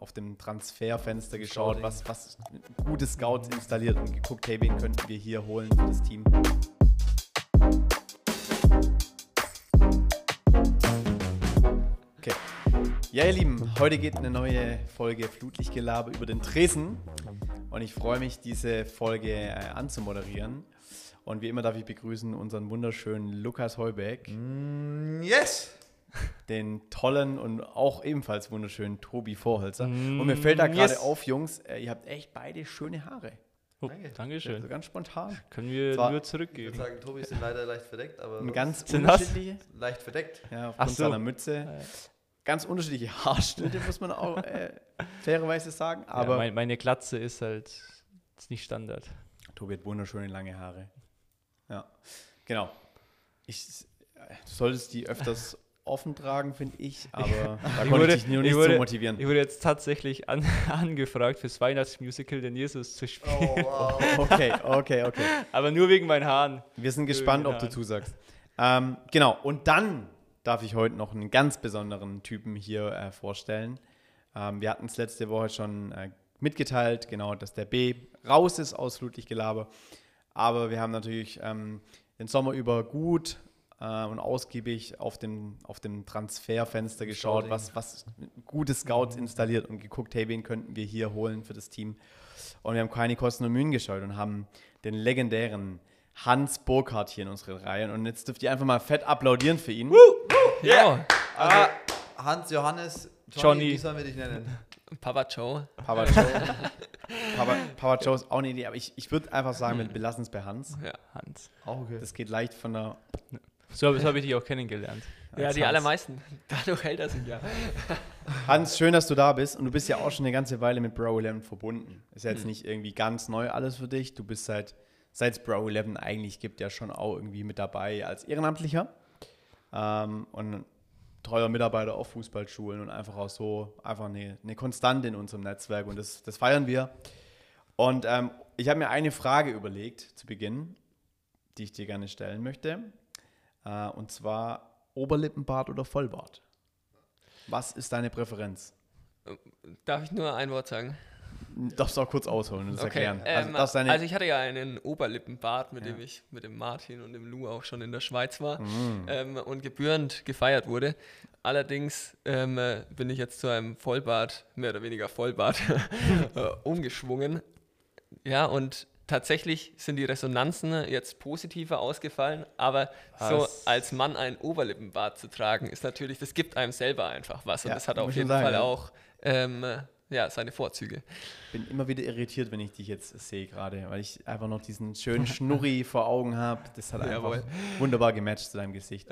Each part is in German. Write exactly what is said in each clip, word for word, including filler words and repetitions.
auf dem Transferfenster geschaut, was, was gute Scouts installiert und geguckt, hey, wen könnten wir hier holen für das Team. Okay. Ja, ihr Lieben, heute geht eine neue Folge Flutlichtgelaber über den Tresen und ich freue mich, diese Folge äh, anzumoderieren. Und wie immer darf ich begrüßen unseren wunderschönen Lukas Heubeck. Mm, yes! Den tollen und auch ebenfalls wunderschönen Tobi Vorholzer. Mm, und mir fällt da gerade yes. auf, Jungs, äh, ihr habt echt beide schöne Haare. Oh, Danke. Dankeschön. Also ganz spontan. Können wir Zwar- nur Ich zurückgeben. würde sagen, Tobi sind leider leicht verdeckt, aber Eine sonst ganz Sind das? unterschiedliche, leicht verdeckt. ja, Ach aufgrund so. seiner Mütze, ganz unterschiedliche Haarschnitte, muss man auch äh, fairerweise sagen. Aber ja, mein, meine Glatze ist halt ist nicht Standard. Tobi hat wunderschöne lange Haare. Ja, genau. Ich, du solltest die öfters offen tragen, finde ich, aber da Ich konnte wurde- ich dich nur ich nicht wurde- so motivieren. Ich wurde jetzt tatsächlich an, angefragt, fürs Weihnachtsmusical den Jesus zu spielen. Oh, wow. Okay, okay, okay. Aber nur wegen meinen Haaren. Wir sind gespannt, ob du Haaren. zusagst. Ähm, genau, und dann darf ich heute noch einen ganz besonderen Typen hier äh, vorstellen. Ähm, wir hatten es letzte Woche schon äh, mitgeteilt, genau, dass der B raus ist aus Flutlichtgelaber. Aber wir haben natürlich ähm, den Sommer über gut äh, und ausgiebig auf dem, auf dem Transferfenster geschaut, Scouting. was, was gute Scouts installiert und geguckt, hey, wen könnten wir hier holen für das Team. Und wir haben keine Kosten und Mühen gescheut und haben den legendären Hans Burkhardt hier in unseren Reihen. Und jetzt dürft ihr einfach mal fett applaudieren für ihn. Ja. Also, Hans, Johannes, Johnny, Johnny. wie sollen wir dich nennen? Papa Joe. Papa Joe. Papa, Papa Joe ist auch eine Idee, aber ich, ich würde einfach sagen, wir belassen es bei Hans. Ja, Hans. Auch okay. Das geht leicht von der... So, so habe ich dich auch kennengelernt. ja als die Hans. allermeisten. Dadurch hält er sich ja. Hans, schön, dass du da bist. Und du bist ja auch schon eine ganze Weile mit Bro elf verbunden. Ist ja jetzt nicht irgendwie ganz neu alles für dich. Du bist seit, seit es Bro elf eigentlich gibt, ja schon auch irgendwie mit dabei als Ehrenamtlicher. Ähm, und treuer Mitarbeiter auf Fußballschulen und einfach auch so einfach eine, eine Konstante in unserem Netzwerk. Und das, das feiern wir. Und ähm, ich habe mir eine Frage überlegt zu Beginn, die ich dir gerne stellen möchte. Äh, und zwar Oberlippenbart oder Vollbart? Was ist deine Präferenz? Darf ich nur ein Wort sagen? Du darfst auch kurz ausholen und das erklären. Ähm, also, darfst deine, also ich hatte ja einen Oberlippenbart, mit Ja. dem ich mit dem Martin und dem Lou auch schon in der Schweiz war Mm. ähm, und gebührend gefeiert wurde. Allerdings ähm, äh, bin ich jetzt zu einem Vollbart, mehr oder weniger Vollbart, äh, umgeschwungen. Ja, und tatsächlich sind die Resonanzen jetzt positiver ausgefallen, aber so Was? als Mann einen Oberlippenbart zu tragen, ist natürlich, das gibt einem selber einfach was. Und Ja, das hat muss auf ich jeden sagen, Fall ja. auch ähm, äh, ja, seine Vorzüge. bin immer wieder irritiert, wenn ich dich jetzt sehe gerade, weil ich einfach noch diesen schönen Schnurri vor Augen habe. Das hat einfach Jawohl. wunderbar gematcht zu deinem Gesicht.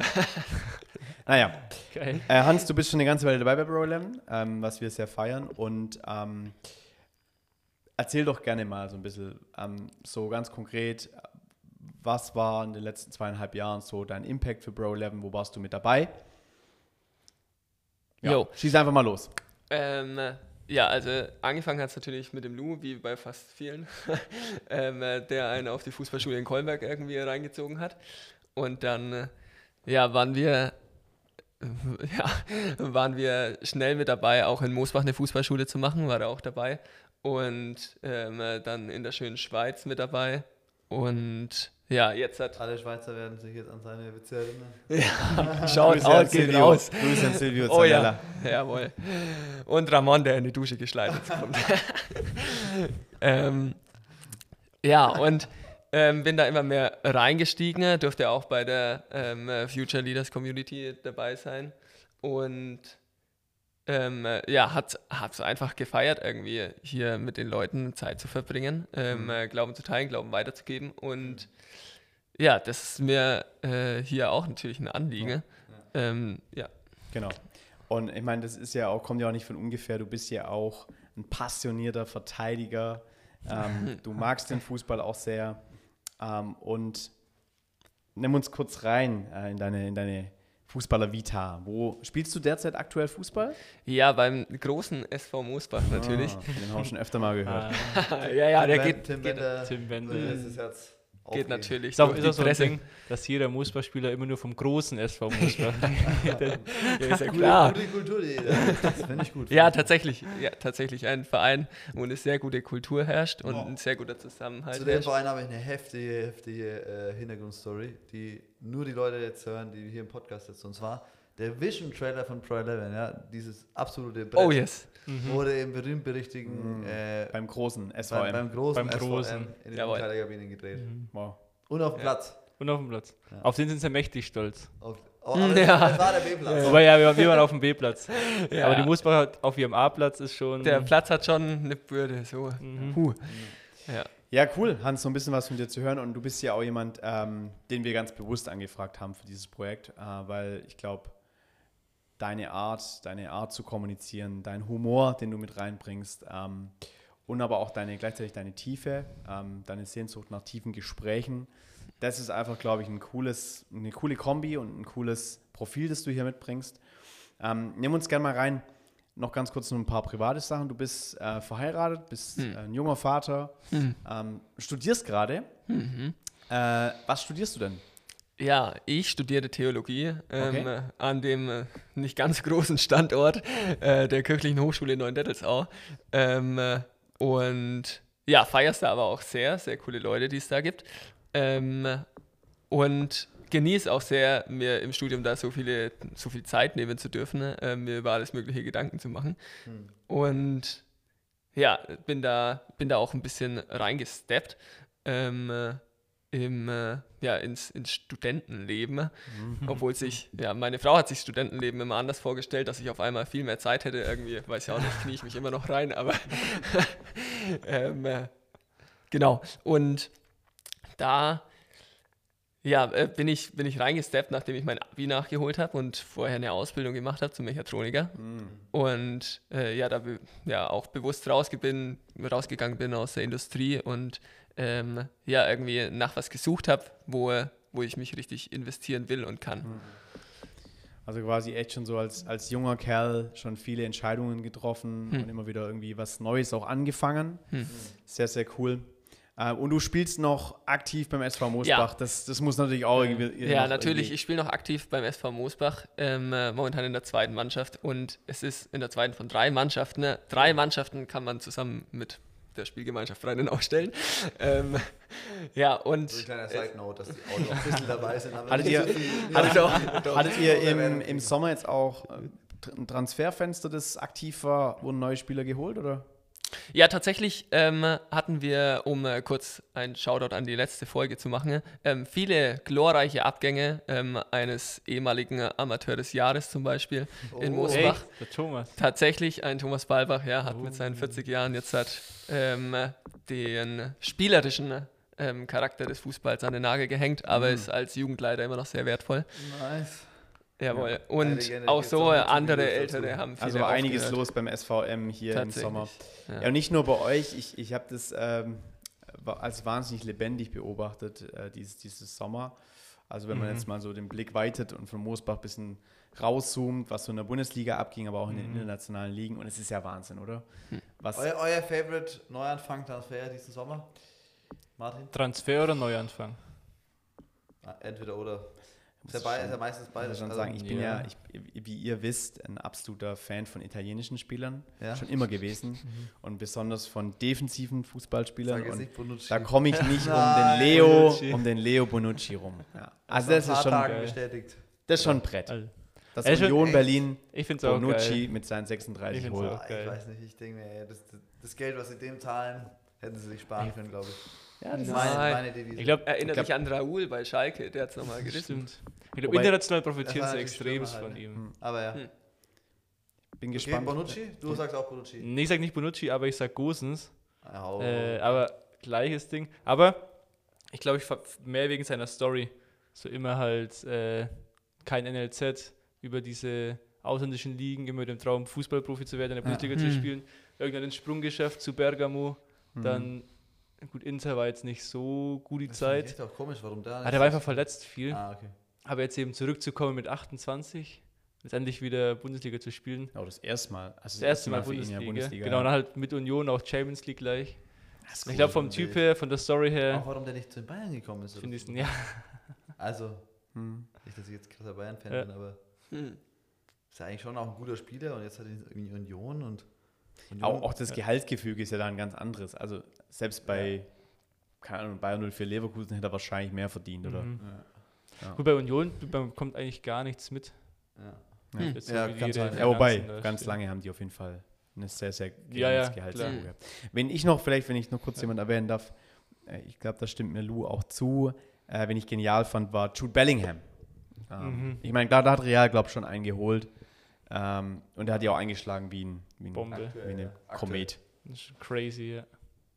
Naja, Geil. äh, Hans, du bist schon eine ganze Weile dabei bei Bro elf, ähm, was wir sehr feiern. Und ähm, erzähl doch gerne mal so ein bisschen, ähm, so ganz konkret, was war in den letzten zweieinhalb Jahren so dein Impact für Bro elf? Wo warst du mit dabei? Ja, Jo. schieß einfach mal los. Ähm, äh, ja, also angefangen hat es natürlich mit dem Lou, wie bei fast vielen, ähm, äh, der einen auf die Fußballschule in Kolberg irgendwie reingezogen hat. Und dann, äh, ja, waren wir, äh, ja, waren wir schnell mit dabei, auch in Moosbach eine Fußballschule zu machen, war er auch dabei. Und ähm, äh, dann in der schönen Schweiz mit dabei. Und ja, jetzt hat... Alle Schweizer werden sich jetzt an seine Witze erinnern. Schaut Grüße an out, geht Silvio. raus. Grüße an Silvio Oh Zanella. ja, jawohl. Und Ramon, der in die Dusche geschleitet kommt. ähm, ja, und ähm, bin da immer mehr reingestiegen, durfte auch bei der ähm, Future Leaders Community dabei sein und ähm, ja, hat es einfach gefeiert, irgendwie hier mit den Leuten Zeit zu verbringen, ähm, Mhm. äh, Glauben zu teilen, Glauben weiterzugeben und ja, das ist mir äh, hier auch natürlich ein Anliegen. Ja. Ähm, ja. Genau. Und ich meine, das ist ja auch, kommt ja auch nicht von ungefähr, du bist ja auch ein passionierter Verteidiger. Ähm, du magst den Fußball auch sehr. Ähm, und nimm uns kurz rein äh, in deine, in deine Fußballer-Vita. Wo spielst du derzeit aktuell Fußball? Ja, beim großen S V Moosbach natürlich. Ah, den haben wir schon öfter mal gehört. Ah, ja, ja, der Tim geht, Tim geht Bender, Tim so Bender. letztes Herz. aufgehen. natürlich Ist auch, durch ist die auch so ein Presse. Ding, dass jeder Moosbach-Spieler immer nur vom großen S V Moosbach redet. Ja, ist ja Gute, klar. gute Kultur, die, das finde ich gut. Ja, tatsächlich. Ja, tatsächlich ein Verein, wo eine sehr gute Kultur herrscht und Ja. ein sehr guter Zusammenhalt Zu dem herrscht. Verein habe ich eine heftige, heftige äh, Hintergrundstory, die nur die Leute jetzt hören, die hier im Podcast sitzen. Und zwar der Vision-Trailer von Pro elf, ja, dieses absolute Brett, Oh yes. wurde im berühmt-berüchtigten äh, Beim großen S V beim, M. beim großen Beim S V M großen. in den Jawohl. Umkleidekabinen gedreht. Wow. Und auf dem Ja. Platz. Und auf dem Platz. Ja. Auf den sind sie mächtig stolz. Auf, oh, aber das, Ja. das war der B-Platz. Wobei, ja, wir, wir waren auf dem B-Platz. Ja. Aber die Moosbacher auf ihrem A-Platz ist schon... Der Platz hat schon eine Bürde. So. Mhm. Puh. Ja. Ja, cool, Hans, so ein bisschen was von dir zu hören. Und du bist ja auch jemand, ähm, den wir ganz bewusst angefragt haben für dieses Projekt, äh, weil ich glaube, deine Art, deine Art zu kommunizieren, dein Humor, den du mit reinbringst, ähm, und aber auch deine gleichzeitig deine Tiefe, ähm, deine Sehnsucht nach tiefen Gesprächen, das ist einfach, glaube ich, ein cooles, eine coole Kombi und ein cooles Profil, das du hier mitbringst. Ähm, nimm uns gerne mal rein. Noch ganz kurz nur ein paar private Sachen. Du bist äh, verheiratet, bist Hm. äh, ein junger Vater, Hm. ähm, studierst gerade. Mhm. Äh, was studierst du denn? Ja, ich studierte Theologie ähm, Okay. äh, an dem äh, nicht ganz großen Standort äh, der Kirchlichen Hochschule in Neuendettelsau. Ähm, äh, und ja, feierst da aber auch sehr, sehr coole Leute, die es da gibt. Ähm, und genieße auch sehr, mir im Studium da so, viele, so viel Zeit nehmen zu dürfen, äh, mir über alles mögliche Gedanken zu machen. Hm. Und ja, bin da, bin da auch ein bisschen reingesteppt. Ähm, äh, im, äh, ja, ins, ins Studentenleben, obwohl sich, ja, meine Frau hat sich Studentenleben immer anders vorgestellt, dass ich auf einmal viel mehr Zeit hätte, irgendwie, weiß ja auch nicht, knie ich mich immer noch rein, aber ähm, äh, genau, und da ja, äh, bin ich, bin ich reingesteppt, nachdem ich mein Abi nachgeholt habe und vorher eine Ausbildung gemacht habe zum Mechatroniker und äh, ja, da be- ja, auch bewusst rausge bin, rausgegangen bin aus der Industrie und ähm, ja, irgendwie nach was gesucht habe, wo, wo ich mich richtig investieren will und kann. Also quasi echt schon so als, als junger Kerl schon viele Entscheidungen getroffen Hm. und immer wieder irgendwie was Neues auch angefangen. Hm. Sehr, sehr cool. Äh, und du spielst noch aktiv beim S V Moosbach. Ja. Das, das muss natürlich auch irgendwie... Ja, noch natürlich. irgendwie- Ich spiele noch aktiv beim S V Moosbach, ähm, äh, momentan in der zweiten Mannschaft und es ist in der zweiten von drei Mannschaften. Ne? Drei Mannschaften kann man zusammen mit der Spielgemeinschaft Freien aufstellen. ähm, ja, und So ein kleiner Side Note, dass die auch noch ein bisschen dabei sind. aber Hattet nicht ihr, so viel. hattet, doch, doch. hattet ihr Oder im, werden- im Sommer jetzt auch äh, ein Transferfenster, das aktiv war, wurden neue Spieler geholt, oder? Ja, tatsächlich ähm, hatten wir, um äh, kurz ein Shoutout an die letzte Folge zu machen, ähm, viele glorreiche Abgänge ähm, eines ehemaligen Amateur des Jahres zum Beispiel in Oh. Moosbach. Echt? Der Thomas. Tatsächlich ein Thomas Balbach, ja, hat Oh. mit seinen vierzig Jahren jetzt hat, ähm, den spielerischen ähm, Charakter des Fußballs an den Nagel gehängt, aber Mhm. ist als Jugendleiter immer noch sehr werteill. Nice. Jawohl. Ja. Und Eine Legende, auch gibt's so auch äh, noch zu andere Videos Ältere dazu. haben viele Also war einiges aufgehört. los beim S V M hier im Tatsächlich. Sommer. Ja. Ja, und nicht nur bei euch, ich, ich habe das ähm, wa- als wahnsinnig lebendig beobachtet, äh, dieses, dieses Sommer. Also wenn man Mhm. jetzt mal so den Blick weitet und von Moosbach ein bisschen rauszoomt, was so in der Bundesliga abging, aber auch in den Mhm. internationalen Ligen. Und es ist ja Wahnsinn, oder? Was, Euer, euer Favorite Neuanfang-Transfer diesen Sommer? Martin? Transfer oder Neuanfang? Ah, entweder oder. Ist ja, muss bei, schon- ist ja meistens muss beides. ich schon Also, sagen, ich bin ja. ja, ich, wie ihr wisst, ein absoluter Fan von italienischen Spielern. Ja. Schon immer gewesen. Und besonders von defensiven Fußballspielern. Sag jetzt Und nicht Bonucci. da komme ich nicht um den Nein, Leo, Bonucci. um den Leo Bonucci rum. Ja. Also Vor das ein paar ist schon, Tagen geil. bestätigt. das ist schon ein Brett. Also, Das Er ist schon Union echt- Berlin ich finde es auch Bonucci geil. mit seinen Ich sechsunddreißig find's holt. auch. Ah, geil. ich weiß nicht, ich denke mir, das, das Geld, was sie dem zahlen, hätten sie sich sparen können, glaube ich. Ja, das Das ist ist, meine, Nein. meine Devise. Ich glaube, Erinnert Ich glaub- mich an Raoul bei Schalke, der hat es nochmal gerissen. stimmt. Ich glaube, Wobei- international Das profitieren war sie natürlich extremst schlimmer von halt, ihm. Aber ja. Hm. bin Okay, gespannt. Bonucci? Du sagst auch Bonucci. Nee, ich sag nicht Bonucci, aber ich sag Gosens. Oh. Äh, aber gleiches Ding. Aber ich glaube, ich ver- mehr wegen seiner Story. So immer halt äh, kein N L Z, über diese ausländischen Ligen, immer mit dem Traum, Fußballprofi zu werden, in der Ja. Bundesliga zu Hm. spielen. Irgendwann ins Sprunggeschäft zu Bergamo. Mhm. Dann, gut, Inter war jetzt nicht so gut die Das finde ich Zeit. echt auch komisch, warum der Ah, der war einfach verletzt viel. Ah, okay. Aber jetzt eben zurückzukommen mit achtundzwanzig, letztendlich wieder Bundesliga zu spielen. Ja, das erste Mal. Also Das erste Mal für ihn ja Bundesliga. Bundesliga. Genau, und dann halt mit Union auch Champions League gleich. Ich glaube, vom Typ her, von der Story Auch her, warum der nicht zu den Bayern gekommen ist. oder finde ich so. es, ja. Also, Hm. nicht, dass ich jetzt krasser Bayern-Fan Ja. bin, aber Hm. ist ja eigentlich schon auch ein guter Spieler und jetzt hat er irgendwie Union und Union. Auch, auch das Gehaltsgefüge ist ja da ein ganz anderes. Also selbst bei, keine Ahnung, Bayern null vier Leverkusen hätte er wahrscheinlich mehr verdient, oder? Mhm. Ja. Gut, bei Union man bekommt eigentlich gar nichts mit. Ja. Ja. Jetzt Ja, wie die ganz ihre einfach. Ja, wobei, Finanzen da ganz stehen. lange haben die auf jeden Fall eine sehr, sehr Ja, ja, Gehaltsgefüge. klar. Wenn ich noch, vielleicht, wenn ich noch kurz jemand erwähnen darf, äh, ich glaube, das stimmt mir Lou auch zu, äh, wenn ich genial fand, war Jude Bellingham. Ähm, Mhm. Ich meine, da, da hat Real, glaube ich, schon einen geholt. Ähm, und der hat ja auch eingeschlagen wie ein, wie ein, Bombe. wie eine Aktuell. Komet. Das ist crazy, ja.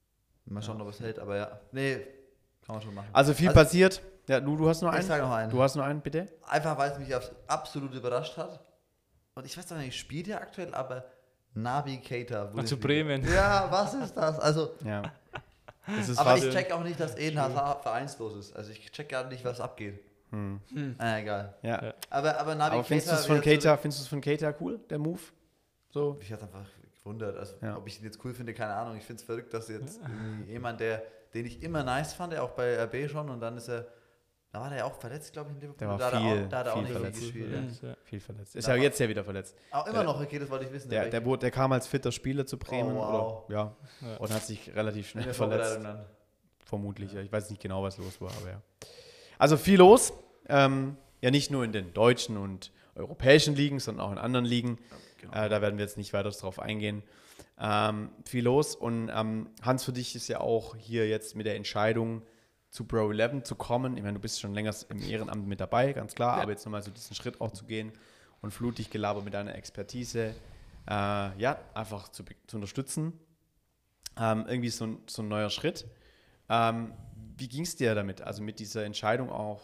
Mal schauen, ob es hält, aber ja. Nee, kann man schon machen. Also viel Also- passiert. Ja, Lou, du hast noch Ich einen? sage noch einen. Du hast noch einen, bitte? Einfach, weil es mich aufs absolut überrascht hat. Und ich weiß auch nicht, spielt er aktuell, aber Naby Keita. Und zu Bundesliga. Bremen. Ja, was ist das? Also, Ja. Das ist aber fast, ich check auch nicht, dass Eden Hazard vereinslos ist. Also ich check gar nicht, was abgeht. hm, Ah, egal. ja. Ja. Aber, aber Naby Aber findest du es Keita von wieder Keita, findest du es von Keita cool, der Move? So? zurück- Ich hatte einfach gewundert. Also, Ja. ob ich ihn jetzt cool finde, keine Ahnung. Ich finde es verrückt, dass jetzt irgendwie jemand, der, den ich immer nice fand, der auch bei R B schon, und dann ist er, da war der ja auch verletzt, glaube ich, in Liverpool. Der war da hat er viel- auch, da hat er auch viel nicht viel verletzt. gespielt. Ja. Ja. Ja. Viel verletzt. Ist Da ja war- jetzt ja wieder verletzt. Auch immer Der- noch, okay, das wollte ich wissen. Der, welche- der, wurde, der kam als fitter Spieler zu Bremen Oh, wow. oder, ja, Ja. und hat sich relativ in schnell der verletzt. Vorbereitung dann. Vermutlich. Ja. Ich weiß nicht genau, was los war, aber ja. Also viel los. Ähm, ja, nicht nur in den deutschen und europäischen Ligen, sondern auch in anderen Ligen. Genau. Äh, da werden wir jetzt nicht weiter drauf eingehen. Ähm, viel los. Und ähm, Hans, für dich ist ja auch hier jetzt mit der Entscheidung zu Bro elf zu kommen. Ich meine, du bist schon länger im Ehrenamt mit dabei, ganz klar, Ja. aber jetzt nochmal so diesen Schritt auch zu gehen und flutig gelabert mit deiner Expertise, äh, ja, einfach zu, be- zu unterstützen. Ähm, irgendwie so ein, so ein neuer Schritt. Ähm, wie ging es dir damit? Also mit dieser Entscheidung auch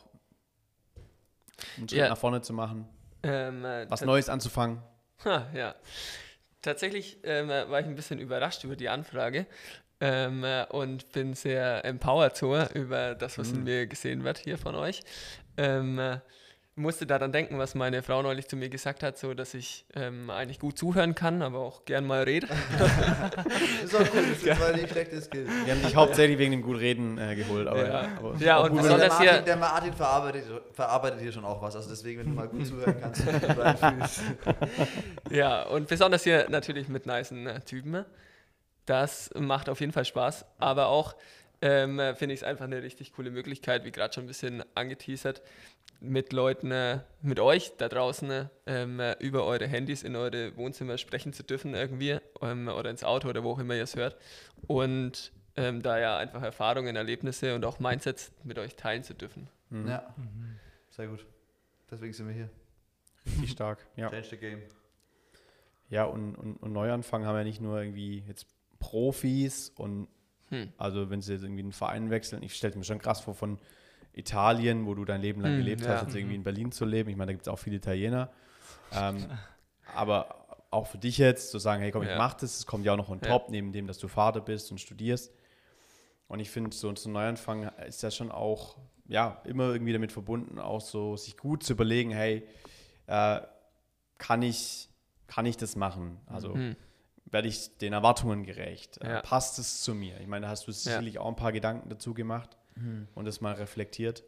einen Schritt Ja. nach vorne zu machen, Ähm, äh, was ta- Neues anzufangen? Ha, ja. Tatsächlich ähm, äh, war ich ein bisschen überrascht über die Anfrage ähm, äh, und bin sehr empowered so über das, was in mir gesehen wird hier von euch. Ähm, äh, musste daran denken, was meine Frau neulich zu mir gesagt hat, so dass ich ähm, eigentlich gut zuhören kann, aber auch gern mal rede. Ist auch gut, das ist zwei nicht schlechte Skills. Wir haben dich hauptsächlich wegen dem gut Reden äh, geholt. Aber, Ja. aber Ja, auch und gut, Also der, besonders Martin, hier- der Martin verarbeitet, verarbeitet hier schon auch was. Also deswegen, wenn du mal gut zuhören kannst, du reinfühlst. Ja, und besonders hier natürlich mit nicen äh, Typen. Das macht auf jeden Fall Spaß, aber auch ähm, äh, finde ich es einfach eine richtig coole Möglichkeit, wie gerade schon ein bisschen angeteasert, mit Leuten, äh, mit euch da draußen äh, ähm, äh, über eure Handys in eure Wohnzimmer sprechen zu dürfen irgendwie ähm, oder ins Auto oder wo auch immer ihr es hört und ähm, da ja einfach Erfahrungen, Erlebnisse und auch Mindsets mit euch teilen zu dürfen. Mhm. Ja, sehr gut. Deswegen sind wir hier. Richtig stark. Ja, Change the game. ja und, und, und Neuanfang haben ja nicht nur irgendwie jetzt Profis und Hm. also wenn sie jetzt irgendwie einen Verein wechseln, ich stelle mir schon krass vor von Italien, wo du dein Leben lang Hm, gelebt ja. hast, jetzt irgendwie in Berlin zu leben. Ich meine, da gibt es auch viele Italiener. Ähm, aber auch für dich jetzt zu sagen, hey komm, ich Ja. mach das, es kommt ja auch noch on Ja. top, neben dem, dass du Vater bist und studierst. Und ich finde, so so ein Neuanfang ist ja schon auch, ja, immer irgendwie damit verbunden, auch so sich gut zu überlegen, hey, äh, kann ich, kann ich das machen? Also Hm. werde ich den Erwartungen gerecht? Äh, Ja. passt es zu mir? Ich meine, da hast du sicherlich auch ein paar Gedanken dazu gemacht und das mal reflektiert.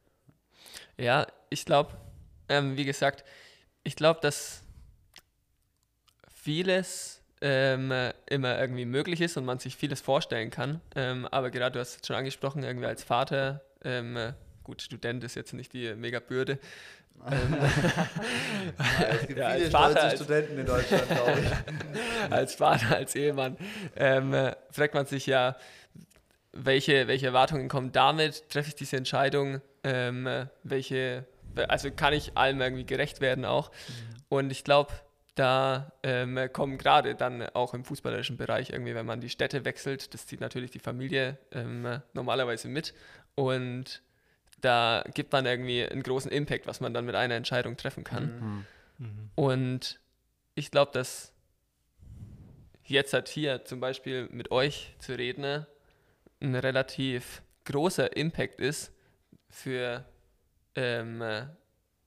Ja, ich glaube, ähm, wie gesagt, ich glaube, dass vieles ähm, äh, immer irgendwie möglich ist und man sich vieles vorstellen kann. Ähm, aber gerade, du hast es schon angesprochen, irgendwie als Vater, ähm, äh, gut, Student ist jetzt nicht die mega Bürde. Ähm, Ja, es gibt Ja, als viele Vater, stolze als- Studenten in Deutschland, glaube ich. als Vater, als Ehemann, ähm, äh, fragt man sich ja, welche, welche Erwartungen kommen damit? Treffe ich diese Entscheidung? Ähm, äh, welche, also kann ich allem irgendwie gerecht werden auch? Und ich glaube, da ähm, kommen gerade dann auch im fußballerischen Bereich irgendwie, wenn man die Städte wechselt, das zieht natürlich die Familie ähm, äh, normalerweise mit und da gibt man irgendwie einen großen Impact, was man dann mit einer Entscheidung treffen kann. Mhm. Und ich glaube, dass jetzt halt hier zum Beispiel mit euch zu reden, ne, ein relativ großer Impact ist für, ähm, äh,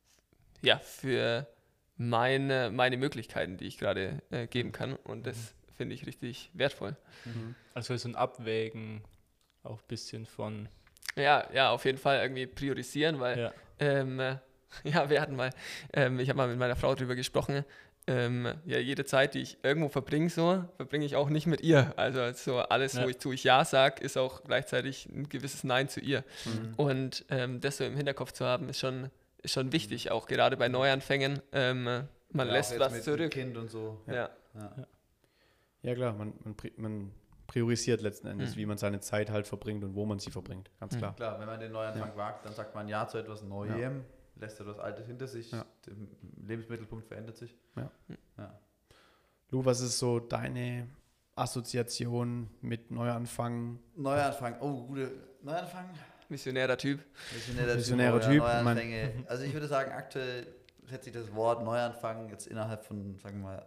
ja, für meine, meine Möglichkeiten, die ich gerade äh, geben kann. Und das finde ich richtig wertvoll. Mhm. Also so ein Abwägen auch ein bisschen von... Ja, ja, auf jeden Fall irgendwie priorisieren, weil Ja. ähm, äh, ja, wir hatten mal, ähm, ich habe mal mit meiner Frau drüber gesprochen, ähm, ja, jede Zeit, die ich irgendwo verbringe, so, verbringe ich auch nicht mit ihr. Also so alles, Ja. wo ich zu ich Ja sage, ist auch gleichzeitig ein gewisses Nein zu ihr. Mhm. Und ähm, das so im Hinterkopf zu haben, ist schon, ist schon wichtig, auch gerade bei Neuanfängen. Ähm, man Ja, auch lässt jetzt was mit zurück. Kind und so. Ja. Ja. Ja klar, man, man, pri- man priorisiert letzten Endes, Mhm. wie man seine Zeit halt verbringt und wo man sie verbringt, ganz Mhm. klar. Klar, wenn man den Neuanfang wagt, dann sagt man Ja zu etwas Neuem, lässt etwas Altes hinter sich, Ja. der Lebensmittelpunkt verändert sich. Ja. Ja. Lou, was ist so deine Assoziation mit Neuanfang? Neuanfang, oh, gute Neuanfang. Visionärer Typ. Visionärer Visionärer Typ, Typ, ja, ich mein- Neuanfänge. Also ich würde sagen, aktuell setzt sich das Wort Neuanfang jetzt innerhalb von, sagen wir mal,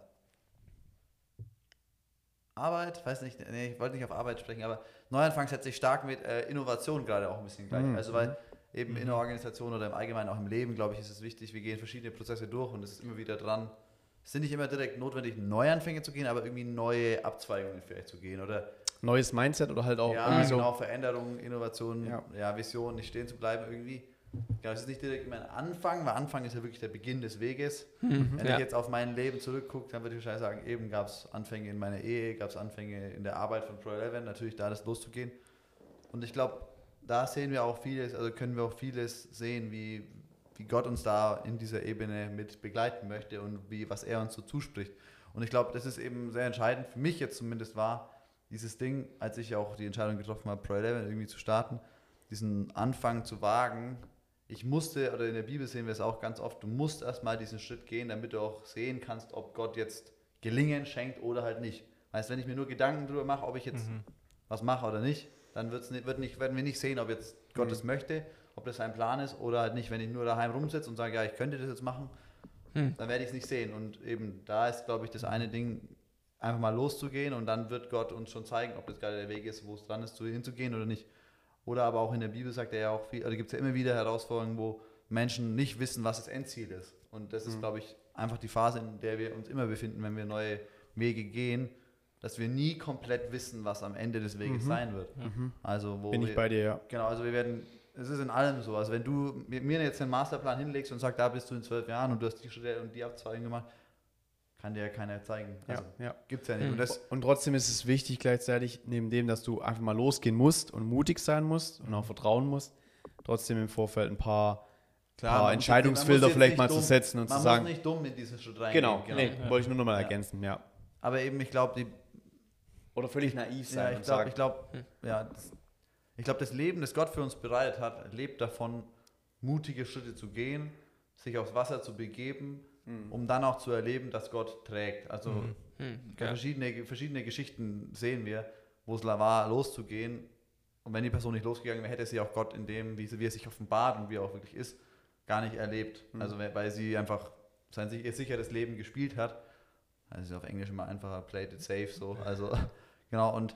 Arbeit, weiß nicht, nee, ich wollte nicht auf Arbeit sprechen, aber Neuanfang setzt sich stark mit äh, Innovation gerade auch ein bisschen gleich. Mhm. Also weil eben Mhm. in der Organisation oder im Allgemeinen auch im Leben, glaube ich, ist es wichtig, wir gehen verschiedene Prozesse durch und es ist immer wieder dran. Es sind nicht immer direkt notwendig, Neuanfänge zu gehen, aber irgendwie neue Abzweigungen vielleicht zu gehen oder Neues Mindset oder halt auch ja, irgendwie so? genau, Veränderungen, Innovationen, Ja. ja. Visionen, nicht stehen zu bleiben irgendwie. Genau, es ist nicht direkt immer ein Anfang, weil Anfang ist ja wirklich der Beginn des Weges. Wenn Ja. ich jetzt auf mein Leben zurückgucke, dann würde ich wahrscheinlich sagen, eben gab es Anfänge in meiner Ehe, gab es Anfänge in der Arbeit von Pro elf, natürlich da das loszugehen. Und ich glaube, da sehen wir auch vieles, also können wir auch vieles sehen, wie, wie Gott uns da in dieser Ebene mit begleiten möchte und wie, was er uns so zuspricht. Und ich glaube, das ist eben sehr entscheidend, für mich jetzt zumindest war, dieses Ding, als ich auch die Entscheidung getroffen habe, Pro elf irgendwie zu starten, diesen Anfang zu wagen. Ich musste, oder in der Bibel sehen wir es auch ganz oft, du musst erstmal diesen Schritt gehen, damit du auch sehen kannst, ob Gott jetzt Gelingen schenkt oder halt nicht. Weißt, wenn ich mir nur Gedanken darüber mache, ob ich jetzt Mhm. was mache oder nicht, dann wird's nicht, wird nicht, werden wir nicht sehen, ob jetzt Gott Mhm. es möchte, ob das sein Plan ist oder halt nicht. Wenn ich nur daheim rumsitze und sage, ja, ich könnte das jetzt machen, Hm. dann werde ich es nicht sehen. Und eben da ist, glaube ich, das eine Ding, einfach mal loszugehen und dann wird Gott uns schon zeigen, ob das gerade der Weg ist, wo es dran ist, zu hinzugehen oder nicht. Oder aber auch in der Bibel sagt er ja auch viel, oder gibt es ja immer wieder Herausforderungen, wo Menschen nicht wissen, was das Endziel ist. Und das ist, Mhm. glaube ich, einfach die Phase, in der wir uns immer befinden, wenn wir neue Wege gehen, dass wir nie komplett wissen, was am Ende des Weges Mhm. sein wird. Mhm. Also wo Bin ich wir, bei dir, ja. Genau, also wir werden, es ist in allem so. Also wenn du mir mir jetzt den Masterplan hinlegst und sagst, da bist du in zwölf Jahren und du hast die Schritte und die Abzweigung gemacht, kann dir ja keiner zeigen. Also ja, ja. gibt's ja nicht. Mhm. Und das, Und trotzdem ist es wichtig gleichzeitig, neben dem, dass du einfach mal losgehen musst und mutig sein musst und auch vertrauen musst, trotzdem im Vorfeld ein paar, klar, paar man muss- Entscheidungsfilter man muss jetzt vielleicht nicht mal dumm- zu setzen und man zu sagen, muss nicht dumm in diesen Schritt reingehen. genau, nee, Ja. wollte ich nur noch mal Ja. ergänzen, ja. Aber eben, ich glaube, die Oder völlig naiv Ja, sein ich und glaube, sagen, ich glaube, ja, das, ich glaube, das Leben, das Gott für uns bereitet hat, lebt davon, mutige Schritte zu gehen, sich aufs Wasser zu begeben, Mhm. um dann auch zu erleben, dass Gott trägt. Also Mhm. Hm. ja. Ja. verschiedene, verschiedene Geschichten sehen wir, wo es war, loszugehen. Und wenn die Person nicht losgegangen wäre, hätte sie auch Gott in dem, wie, sie, wie er sich offenbart und wie er auch wirklich ist, gar nicht erlebt. Mhm. Also weil weil sie einfach sein sich- ihr sicheres Leben gespielt hat. Also ist auf Englisch immer einfacher, played it safe so. Also genau und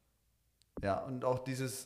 ja, und auch dieses,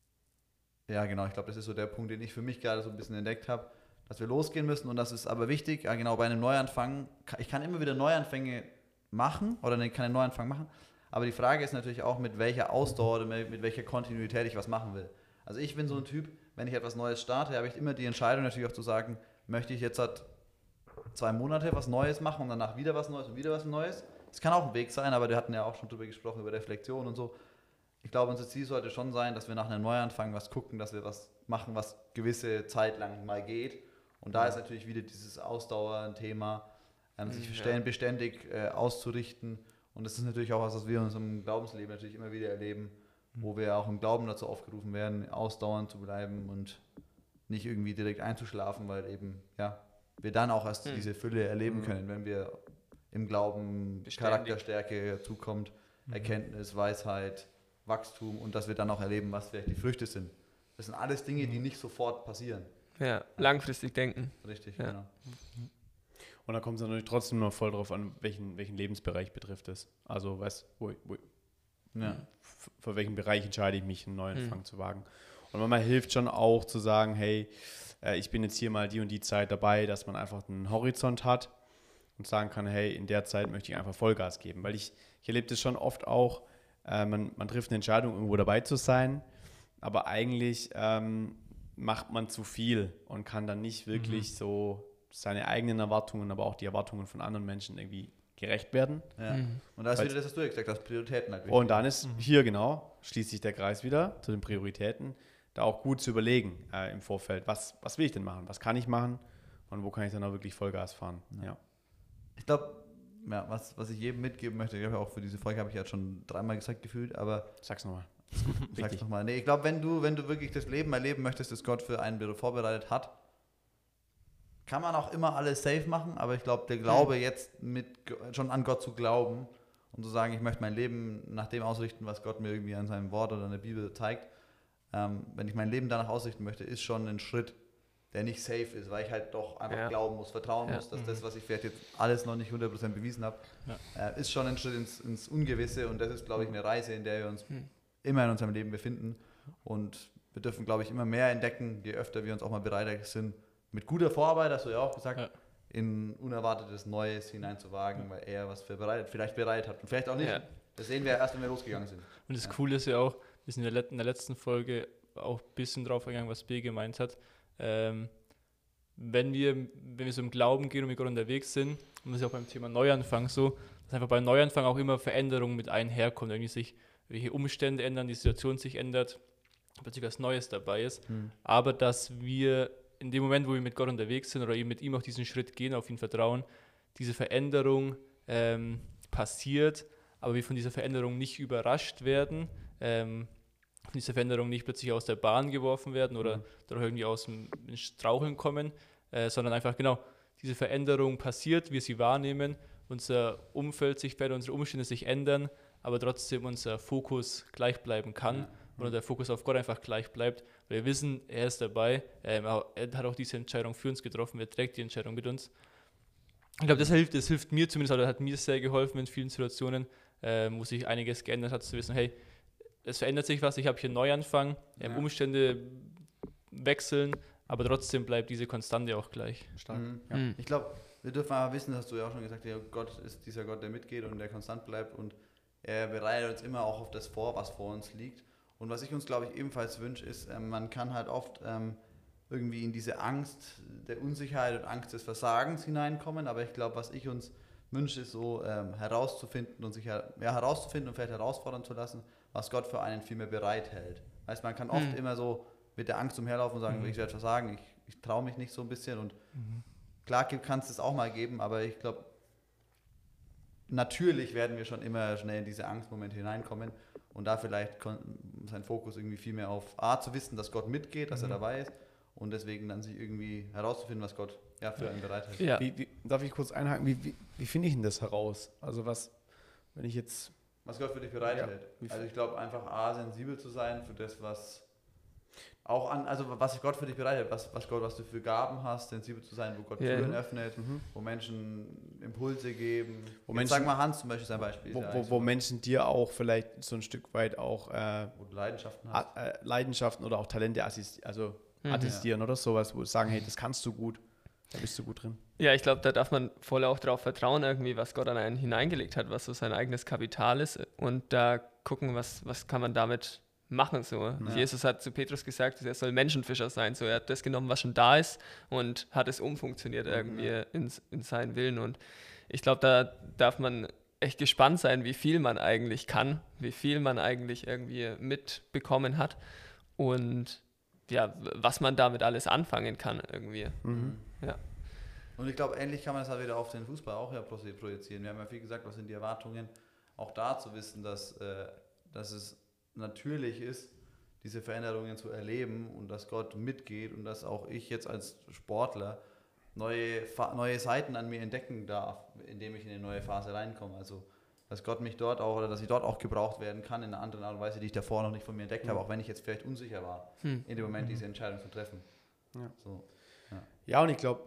ja genau, ich glaube, das ist so der Punkt, den ich für mich gerade so ein bisschen entdeckt habe, dass wir losgehen müssen und das ist aber wichtig, ja genau, bei einem Neuanfang, ka- ich kann immer wieder Neuanfänge machen oder ne, kann einen Neuanfang machen, aber die Frage ist natürlich auch, mit welcher Ausdauer oder mit, mit welcher Kontinuität ich was machen will. Also ich bin so ein Typ, wenn ich etwas Neues starte, habe ich immer die Entscheidung natürlich auch zu sagen, möchte ich jetzt halt zwei Monate was Neues machen und danach wieder was Neues und wieder was Neues. Das kann auch ein Weg sein, aber wir hatten ja auch schon drüber gesprochen, über Reflexion und so. Ich glaube, unser Ziel sollte schon sein, dass wir nach einem Neuanfang was gucken, dass wir was machen, was gewisse Zeit lang mal geht. Und da ist natürlich wieder dieses Ausdauer ein Thema, ähm, sich Mhm, beständig, beständig äh, auszurichten. Und das ist natürlich auch was, was wir in unserem Glaubensleben natürlich immer wieder erleben, wo wir auch im Glauben dazu aufgerufen werden, ausdauernd zu bleiben und nicht irgendwie direkt einzuschlafen, weil eben, ja, wir dann auch erst Mhm. diese Fülle erleben Mhm. können, wenn wir im Glauben Beständig. Charakterstärke zukommt, Erkenntnis, Weisheit, Wachstum und dass wir dann auch erleben, was vielleicht die Früchte sind. Das sind alles Dinge, die nicht sofort passieren. Ja, langfristig denken. Richtig, Ja. genau. und da kommt es natürlich trotzdem noch voll drauf an, welchen, welchen Lebensbereich betrifft es. Also, weißt wo, wo, Ja. f- für welchen Bereich entscheide ich mich, einen neuen Mhm. Anfang zu wagen. Und manchmal hilft schon auch zu sagen, hey, äh, ich bin jetzt hier mal die und die Zeit dabei, dass man einfach einen Horizont hat und sagen kann, hey, in der Zeit möchte ich einfach Vollgas geben. Weil ich, ich erlebe das schon oft auch, äh, man, man trifft eine Entscheidung, irgendwo dabei zu sein, aber eigentlich ähm, macht man zu viel und kann dann nicht wirklich mhm. so seine eigenen Erwartungen, aber auch die Erwartungen von anderen Menschen irgendwie gerecht werden. Ja. Mhm. Und da ist wieder das, was du ja gesagt hast, Prioritäten halt wichtig. Und dann ist mhm. hier genau, schließt sich der Kreis wieder zu den Prioritäten, da auch gut zu überlegen äh, im Vorfeld, was, was will ich denn machen, was kann ich machen und wo kann ich dann auch wirklich Vollgas fahren. Ja. Ja. Ich glaube, ja, was, was ich jedem mitgeben möchte, ich glaube auch für diese Folge habe ich ja schon dreimal gesagt gefühlt, aber sag's nochmal. Sag's nochmal. Nee, ich glaube, wenn du, wenn du wirklich das Leben erleben möchtest, das Gott für einen vorbereitet hat, kann man auch immer alles safe machen, aber ich glaube, der Glaube mhm. jetzt mit schon an Gott zu glauben und zu sagen, ich möchte mein Leben nach dem ausrichten, was Gott mir irgendwie an seinem Wort oder in der Bibel zeigt, ähm, wenn ich mein Leben danach ausrichten möchte, ist schon ein Schritt, der nicht safe ist, weil ich halt doch einfach ja. glauben muss, vertrauen ja. muss, dass mhm. das, was ich vielleicht jetzt alles noch nicht hundert Prozent bewiesen habe, ja. äh, ist schon ein Schritt ins, ins Ungewisse und das ist, glaube ich, eine Reise, in der wir uns mhm. immer in unserem Leben befinden und wir dürfen, glaube ich, immer mehr entdecken, je öfter wir uns auch mal bereit sind, mit guter Vorarbeit, hast du ja auch gesagt, ja. in unerwartetes Neues hineinzuwagen, ja. weil er was für bereit, vielleicht bereit hat und vielleicht auch nicht. Ja. Das sehen wir erst, wenn wir losgegangen sind. Und das ja. Coole ist ja auch, wir sind in der, in der letzten Folge auch ein bisschen drauf gegangen, was B gemeint hat. Ähm, wenn wir, wenn wir so im Glauben gehen und mit Gott unterwegs sind, und das ist auch beim Thema Neuanfang so, dass einfach beim Neuanfang auch immer Veränderungen mit einherkommen, irgendwie sich welche Umstände ändern, die Situation sich ändert, plötzlich was Neues dabei ist, hm. aber dass wir in dem Moment, wo wir mit Gott unterwegs sind oder eben mit ihm auch diesen Schritt gehen, auf ihn vertrauen, diese Veränderung ähm, passiert, aber wir von dieser Veränderung nicht überrascht werden, ähm, von dieser Veränderung nicht plötzlich aus der Bahn geworfen werden oder mhm. dadurch irgendwie aus dem Straucheln kommen, äh, sondern einfach genau, diese Veränderung passiert, wir sie wahrnehmen, unser Umfeld sich verändert, unsere Umstände sich ändern, aber trotzdem unser Fokus gleich bleiben kann. Ja. Oder der Fokus auf Gott einfach gleich bleibt, weil wir wissen, er ist dabei, ähm, er hat auch diese Entscheidung für uns getroffen, er trägt die Entscheidung mit uns. Ich glaube, das hilft, das hilft mir zumindest, oder hat mir sehr geholfen in vielen Situationen, ähm, wo sich einiges geändert hat, zu wissen, hey, es verändert sich was, ich habe hier einen Neuanfang, ähm, ja. Umstände wechseln, aber trotzdem bleibt diese Konstante auch gleich. Stark. Mhm. Ja. Mhm. Ich glaube, wir dürfen aber wissen, das hast du ja auch schon gesagt, ja, Gott ist dieser Gott, der mitgeht und der konstant bleibt und er bereitet uns immer auch auf das vor, was vor uns liegt. Und was ich uns, glaube ich, ebenfalls wünsche, ist, ähm, man kann halt oft ähm, irgendwie in diese Angst der Unsicherheit und Angst des Versagens hineinkommen, aber ich glaube, was ich uns wünsche, ist so ähm, herauszufinden und sich ja, herauszufinden und vielleicht herausfordern zu lassen, was Gott für einen viel mehr bereithält. Heißt, man kann oft mhm. immer so mit der Angst umherlaufen und sagen, mhm. ich werde versagen, ich, ich traue mich nicht so ein bisschen und mhm. klar kann es das auch mal geben, aber ich glaube, natürlich werden wir schon immer schnell in diese Angstmomente hineinkommen und da vielleicht kon- sein Fokus irgendwie viel mehr auf A, zu wissen, dass Gott mitgeht, dass mhm. er dabei ist und deswegen dann sich irgendwie herauszufinden, was Gott ja, für einen bereit hat. Ja. Wie, wie, darf ich kurz einhaken, wie, wie, wie finde ich denn das heraus? Also was, wenn ich jetzt... Was Gott für dich bereithält. Ja. Also ich glaube einfach A, sensibel zu sein für das, was auch an, also was Gott für dich bereitet, was, was Gott, was du für Gaben hast, sensibel zu sein, wo Gott yeah. Türen öffnet, mhm. wo Menschen Impulse geben. Wo Menschen, sag mal Hans zum Beispiel ist ein Beispiel. Wo, wo, wo Menschen dir auch vielleicht so ein Stück weit auch äh, wo du Leidenschaften hast. A, äh, Leidenschaften oder auch Talente assist, also mhm. attestieren ja. oder sowas, wo du sagen, hey, das kannst du gut, da bist du gut drin. Ja, ich glaube, da darf man voll auch darauf vertrauen, irgendwie, was Gott an einen hineingelegt hat, was so sein eigenes Kapital ist und da gucken, was, was kann man damit machen. So. Ja. Jesus hat zu Petrus gesagt, er soll Menschenfischer sein. So, er hat das genommen, was schon da ist und hat es umfunktioniert irgendwie ja. in, in seinen Willen. Und ich glaube, da darf man echt gespannt sein, wie viel man eigentlich kann, wie viel man eigentlich irgendwie mitbekommen hat und ja, was man damit alles anfangen kann irgendwie. Mhm. Ja. Und ich glaube, ähnlich kann man das halt wieder auf den Fußball auch ja projizieren. Wir haben ja viel gesagt, was sind die Erwartungen, auch da zu wissen, dass, äh, dass es natürlich ist, diese Veränderungen zu erleben und dass Gott mitgeht und dass auch ich jetzt als Sportler neue, neue Seiten an mir entdecken darf, indem ich in eine neue Phase reinkomme. Also, dass Gott mich dort auch, oder dass ich dort auch gebraucht werden kann in einer anderen Art und Weise, die ich davor noch nicht von mir entdeckt mhm. habe, auch wenn ich jetzt vielleicht unsicher war, mhm. in dem Moment mhm. diese Entscheidung zu treffen. Ja, so, ja. ja und ich glaube,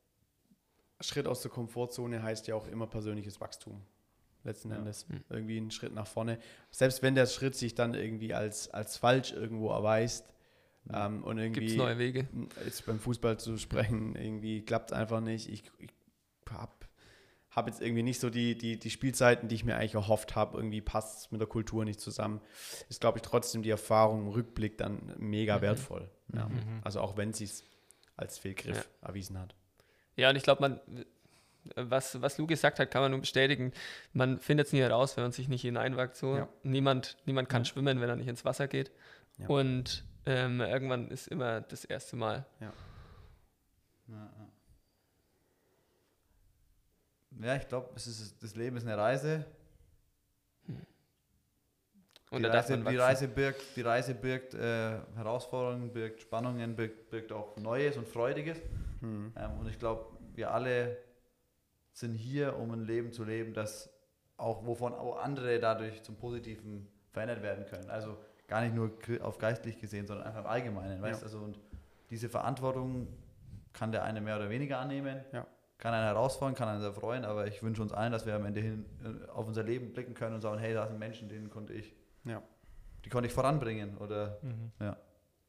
Schritt aus der Komfortzone heißt ja auch immer persönliches Wachstum. Letzten ja. Endes. Mhm. Irgendwie einen Schritt nach vorne. Selbst wenn der Schritt sich dann irgendwie als, als falsch irgendwo erweist. Mhm. Ähm, und irgendwie. Gibt es neue Wege? Jetzt beim Fußball zu sprechen, irgendwie klappt es einfach nicht. Ich, ich habe habe jetzt irgendwie nicht so die, die, die Spielzeiten, die ich mir eigentlich erhofft habe. Irgendwie passt es mit der Kultur nicht zusammen. Ist, glaube ich, trotzdem die Erfahrung im Rückblick dann mega Mhm. wertvoll. Ja. Mhm. Also auch wenn sie es als Fehlgriff Ja. erwiesen hat. Ja, und ich glaube, man, was, was Lou gesagt hat, kann man nur bestätigen. Man findet es nie heraus, wenn man sich nicht hineinwagt. So. Ja. Niemand, niemand kann Ja. schwimmen, wenn er nicht ins Wasser geht. Ja. Und ähm, irgendwann ist immer das erste Mal. Ja, ja. Ja, ich glaube, das Leben ist eine Reise. Und Die da darf Reise, man die wachsen. Reise birgt, die Reise birgt äh, Herausforderungen, birgt Spannungen, birgt, birgt auch Neues und Freudiges. Hm. Ähm, und ich glaube, wir alle sind hier, um ein Leben zu leben, das auch, wovon auch andere dadurch zum Positiven verändert werden können. Also gar nicht nur gri- auf geistlich gesehen, sondern einfach im Allgemeinen. Weißt? Ja. Also, und diese Verantwortung kann der eine mehr oder weniger annehmen, Ja. kann einen herausfordern, kann einen sehr freuen, aber ich wünsche uns allen, dass wir am Ende hin äh, auf unser Leben blicken können und sagen, hey, da sind Menschen, denen konnte ich, Ja. die konnte ich voranbringen. Oder Mhm. ja.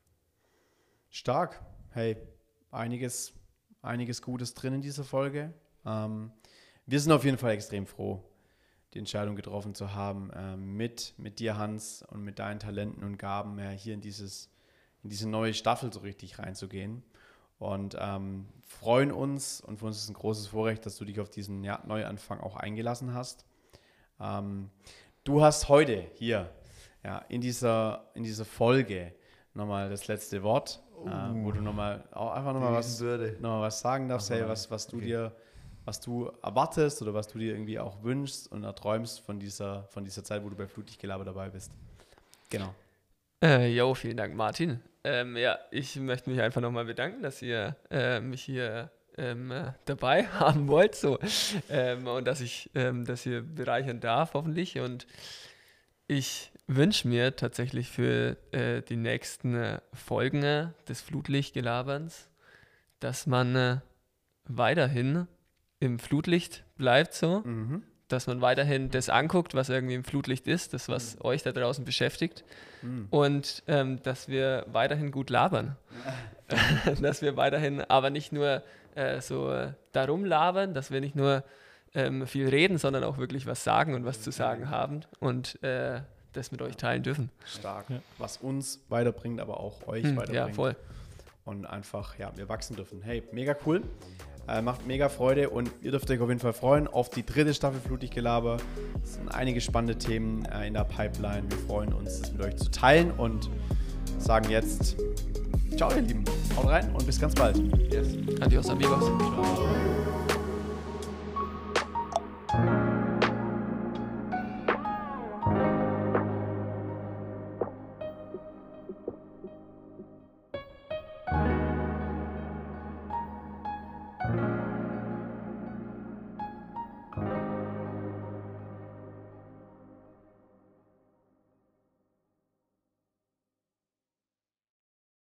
Stark. Hey, einiges, einiges Gutes drin in dieser Folge. Ähm, wir sind auf jeden Fall extrem froh, die Entscheidung getroffen zu haben, ähm, mit, mit dir, Hans, und mit deinen Talenten und Gaben äh, hier in, dieses, in diese neue Staffel so richtig reinzugehen. Und ähm, freuen uns, und für uns ist es ein großes Vorrecht, dass du dich auf diesen ja, Neuanfang auch eingelassen hast. Ähm, du hast heute hier ja, in, dieser, in dieser Folge nochmal das letzte Wort, äh, wo du nochmal auch einfach nochmal was, Würde. noch mal was sagen darfst, Ach so, hey, nein. was, was du Okay. dir, was du erwartest oder was du dir irgendwie auch wünschst und erträumst von dieser, von dieser Zeit, wo du bei Flutlichtgelaber dabei bist. Genau. Äh, jo, vielen Dank, Martin. Ähm, ja, ich möchte mich einfach nochmal bedanken, dass ihr äh, mich hier ähm, äh, dabei haben wollt, so ähm, und dass ich ähm, das hier bereichern darf, hoffentlich. Und ich wünsche mir tatsächlich für äh, die nächsten äh, Folgen äh, des Flutlichtgelaberns, dass man äh, weiterhin im Flutlicht bleibt, so. Mhm. Dass man weiterhin das anguckt, was irgendwie im Flutlicht ist, das, was euch da draußen beschäftigt. Mhm. Und ähm, dass wir weiterhin gut labern. Dass wir weiterhin aber nicht nur äh, so äh, darum labern, dass wir nicht nur ähm, viel reden, sondern auch wirklich was sagen und was zu sagen haben und äh, das mit euch teilen dürfen. Stark. Ja. Was uns weiterbringt, aber auch euch Hm, weiterbringt. ja, voll. Und einfach, ja, wir wachsen dürfen. Hey, mega cool. Äh, macht mega Freude und ihr dürft euch auf jeden Fall freuen auf die dritte Staffel Flutlichtgelaber. Es sind einige spannende Themen äh, in der Pipeline. Wir freuen uns, das mit euch zu teilen und sagen jetzt ciao, ihr Lieben. Haut rein und bis ganz bald. Adios, amigos. Ciao.